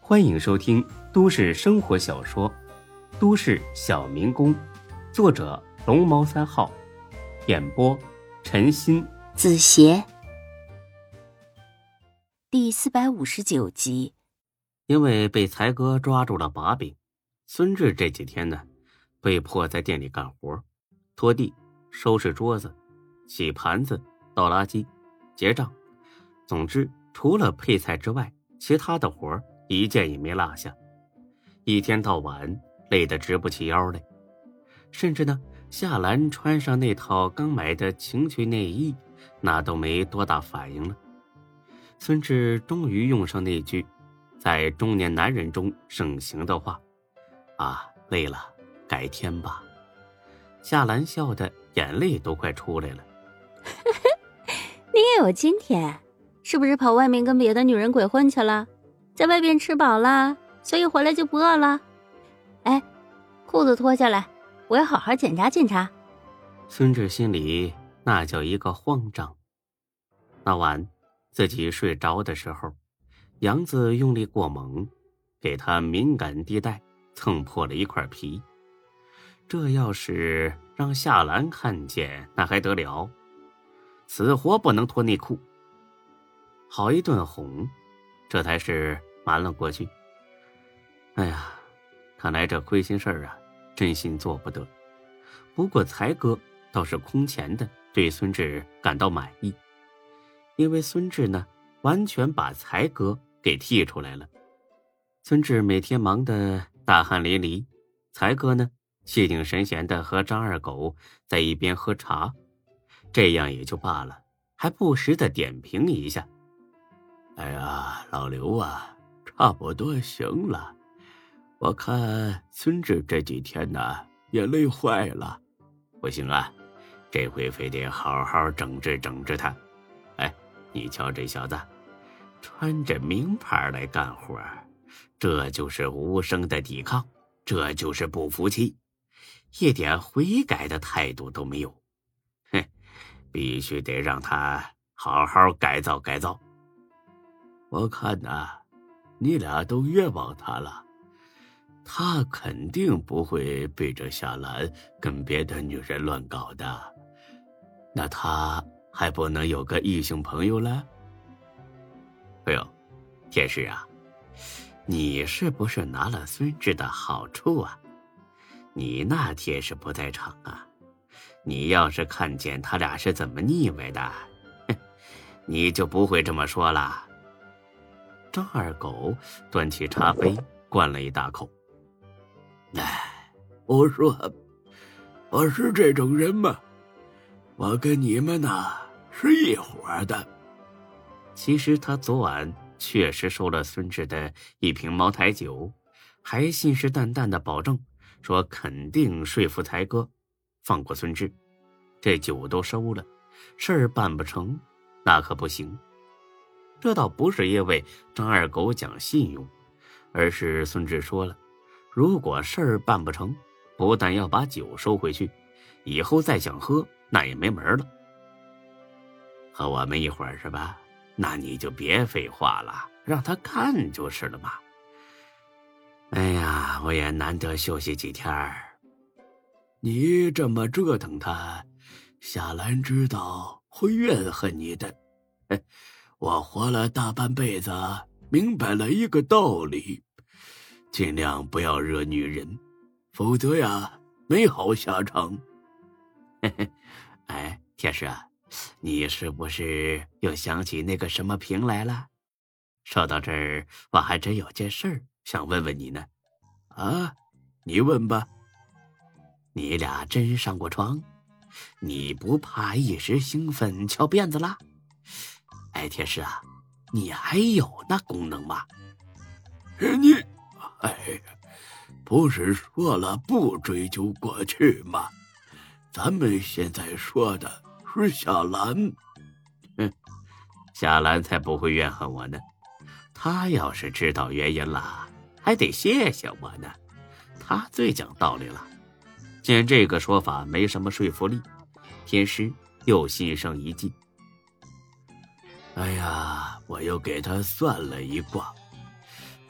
欢迎收听都市生活小说《都市小民工》，作者龙猫3号，演播陈鑫、 子邪，第459集。 因为被才哥抓住了把柄，孙志这几天呢，被迫在店里干活，拖地、收拾桌子、洗盘子、倒垃圾、结账。总之，除了配菜之外，其他的活一件也没落下。一天到晚累得直不起腰来，甚至呢，夏兰穿上那套刚买的情趣内衣，那都没多大反应了。孙志终于用上那句在中年男人中盛行的话：啊，累了，改天吧。夏兰笑得眼泪都快出来了。 你也有今天，是不是跑外面跟别的女人鬼混去了？在外边吃饱了，所以回来就不饿了。哎，裤子脱下来，我要好好检查检查。 孙志心里那叫一个慌张。那晚自己睡着的时候，杨子用力过猛，给他敏感地带蹭破了一块皮。这要是让夏兰看见，那还得了？死活不能脱内裤。好一顿哄，这才是瞒了过去。哎呀，看来这亏心事儿啊，真心做不得。不过才哥倒是空前的对孙志感到满意，因为孙志呢，完全把才哥给剔出来了。孙志每天忙得大汗淋漓，才哥呢，气定神闲的和张二狗在一边喝茶，这样也就罢了，还不时的点评一下。 哎呀，老刘啊，差不多行了。我看孙志这几天呢，也累坏了。不行啊，这回非得好好整治整治他。哎，你瞧这小子，穿着名牌来干活，这就是无声的抵抗，这就是不服气，一点悔改的态度都没有。哼，必须得让他好好改造改造。我看呐，你俩都冤枉他了，他肯定不会背着夏兰跟别的女人乱搞的，那他还不能有个异性朋友了？哎呦，天师啊，你是不是拿了孙志的好处啊？你那天是不在场啊，你要是看见他俩是怎么腻歪的，你就不会这么说了。张二狗端起茶杯灌了一大口。 哎，我说我是这种人吗？我跟你们呐是一伙的。 其实他昨晚确实收了孙志的一瓶茅台酒，还信誓旦旦的保证说肯定说服才哥放过孙志。这酒都收了，事儿办不成那可不行。这倒不是因为张二狗讲信用，而是孙志说了，如果事儿办不成，不但要把酒收回去，以后再想喝那也没门了。 和我们一会儿是吧？那你就别废话了，让他看就是了嘛。 哎呀，我也难得休息几天儿。 你这么折腾他，夏兰知道会怨恨你的。我活了大半辈子，明白了一个道理，尽量不要惹女人，否则呀，没好下场。 哎，天师啊，你是不是又想起那个什么平来了？说到这儿，我还真有件事想问问你呢。 啊，你问吧。 你俩真上过床？你不怕一时兴奋翘辫子啦？哎，天师啊，你还有那功能吗？ 你，哎呀，不是说了不追究过去吗？咱们现在说的是夏兰。 夏兰才不会怨恨我呢，她要是知道原因了，还得谢谢我呢。她最讲道理了。见这个说法没什么说服力，天师又心生一计。 哎呀，我又给他算了一卦，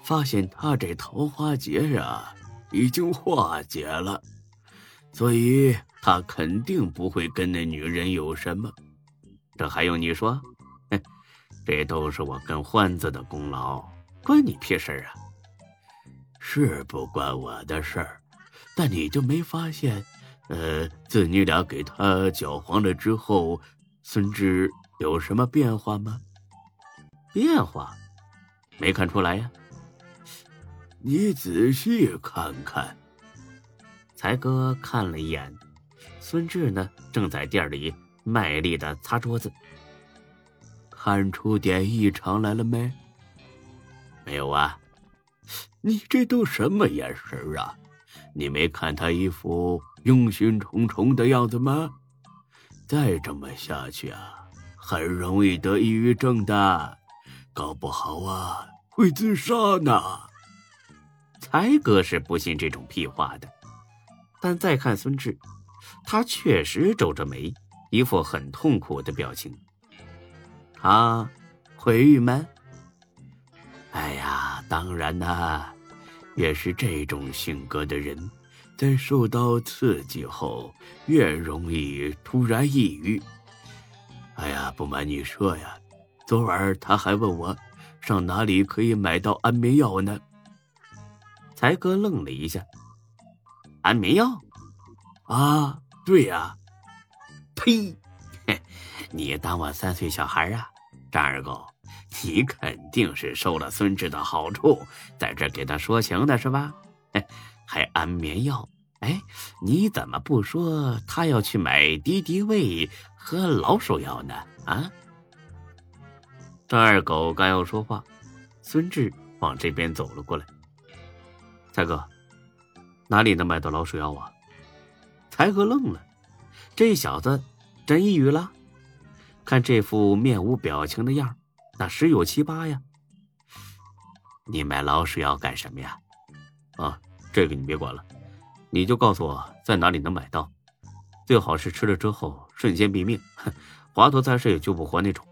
发现他这桃花劫啊已经化解了，所以他肯定不会跟那女人有什么。 这还用你说？这都是我跟欢子的功劳，关你屁事啊！ 是不关我的事儿，但你就没发现，自你俩给他搅黄了之后，孙志有什么变化吗？ 变化？没看出来呀。 你仔细看看。 才哥看了一眼，孙志呢正在店里卖力的擦桌子。 看出点异常来了没？ 没有啊。 你这都什么眼神啊？你没看他一副忧心忡忡的样子吗？再这么下去啊，很容易得抑郁症的，搞不好啊会自杀呢。 才哥是不信这种屁话的，但再看孙志，他确实皱着眉，一副很痛苦的表情。他会郁闷？ 哎呀，当然啦，越是这种性格的人，在受到刺激后越容易突然抑郁。哎呀，不瞒你说呀，昨晚他还问我上哪里可以买到安眠药呢。 才哥愣了一下。安眠药？ 啊，对呀。 呸！你当我3岁小孩啊？张二狗，你肯定是受了孙志的好处，在这给他说情的是吧？还安眠药？哎，你怎么不说他要去买敌敌畏和老鼠药呢？啊！张二狗刚要说话，孙志往这边走了过来。才哥，哪里能买到老鼠药啊？才哥愣了，这小子真抑郁了？看这副面无表情的样，那十有七八呀。你买老鼠药干什么呀？啊，这个你别管了，你就告诉我在哪里能买到，最好是吃了之后瞬间毙命，华佗在世也救不活那种。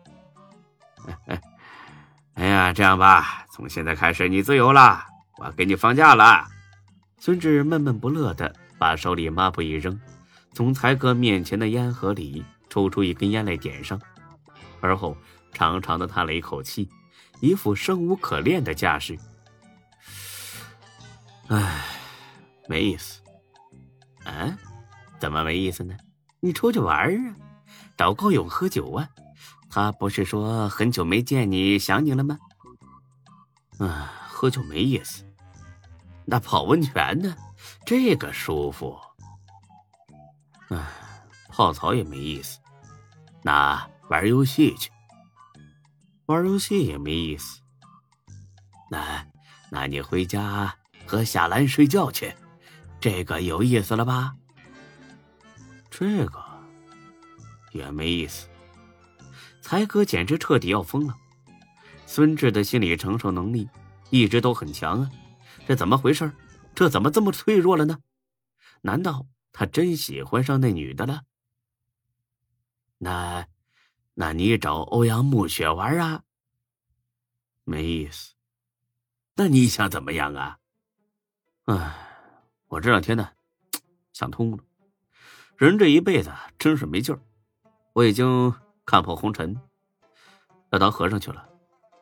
哎呀，这样吧，从现在开始你自由了，我给你放假了。孙志闷闷不乐地把手里抹布一扔，从才哥面前的烟盒里抽出一根烟来点上，而后长长的叹了一口气，一副生无可恋的架势。唉，没意思。啊？怎么没意思呢？你出去玩啊，找高勇喝酒啊，他不是说很久没见你想你了吗？喝酒没意思。那泡温泉呢？这个舒服。泡澡也没意思。那玩游戏去。玩游戏也没意思。那你回家和夏兰睡觉去，这个有意思了吧？这个也没意思。才哥简直彻底要疯了。孙志的心理承受能力一直都很强啊，这怎么回事？这怎么这么脆弱了呢？难道他真喜欢上那女的了？那你找欧阳暮雪玩啊？没意思。那你想怎么样啊？我这两天呢，想通了，人这一辈子真是没劲儿。我已经看破红尘，要当和尚去了。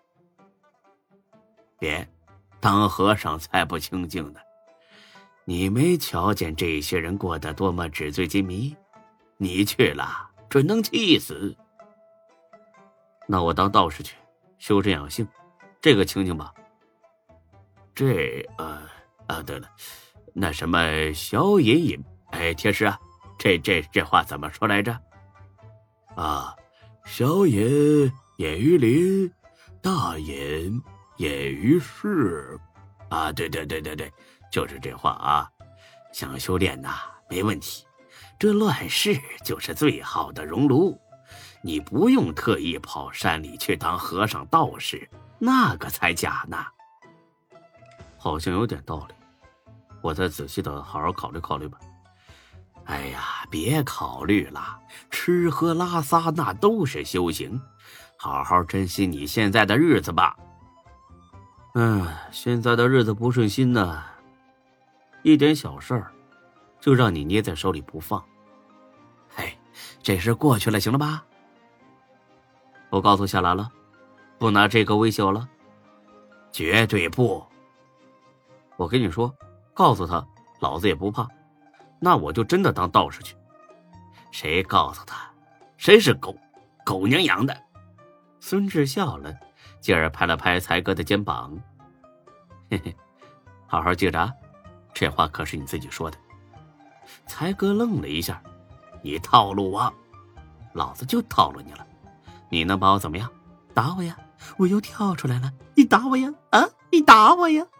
别，当和尚才不清净呢。你没瞧见这些人过得多么纸醉金迷？你去了，准能气死。那我当道士去，修身养性，这个清净吧？对了，那什么小隐隐，天师啊，这话怎么说来着？啊，小隐隐于林，大隐隐于市。啊，对，就是这话啊。想修炼呐，没问题，这乱世就是最好的熔炉，你不用特意跑山里去当和尚道士，那个才假呢。好像有点道理，我再仔细的好好考虑考虑吧。哎呀，别考虑了，吃喝拉撒那都是修行，好好珍惜你现在的日子吧。 现在的日子不顺心呢，一点小事儿就让你捏在手里不放。 嘿，这事过去了，行了吧？ 我告诉夏兰了，不拿这个威胁我了。 绝对不。 我跟你说，告诉他，老子也不怕，那我就真的当道士去。 谁告诉他？谁是狗？狗娘养的。 孙志笑了，继而拍了拍才哥的肩膀。嘿嘿，好好记着啊，这话可是你自己说的。才哥愣了一下， 你套路我？ 老子就套路你了，你能把我怎么样？打我呀，我又跳出来了，你打我呀，啊，你打我呀。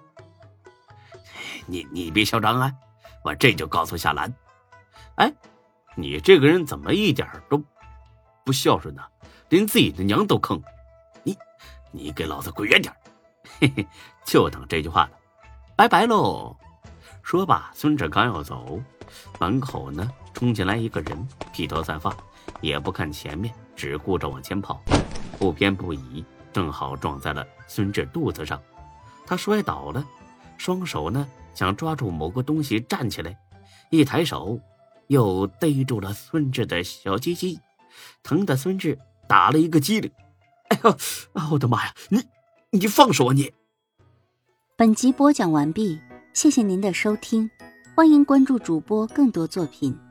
你别嚣张啊，我这就告诉夏兰。 哎，你这个人怎么一点都不孝顺呢？连自己的娘都坑。 你给老子滚远点。 嘿嘿，就等这句话了，拜拜喽。说罢，孙志刚要走，门口呢冲进来一个人，披头散发，也不看前面，只顾着往前跑，不偏不倚，正好撞在了孙志肚子上。他摔倒了，双手呢想抓住某个东西站起来，一抬手又逮住了孙志的小鸡鸡，疼得孙志打了一个激灵。哎呦，我的妈呀，你放手啊你！ 本集播讲完毕，谢谢您的收听，欢迎关注主播更多作品。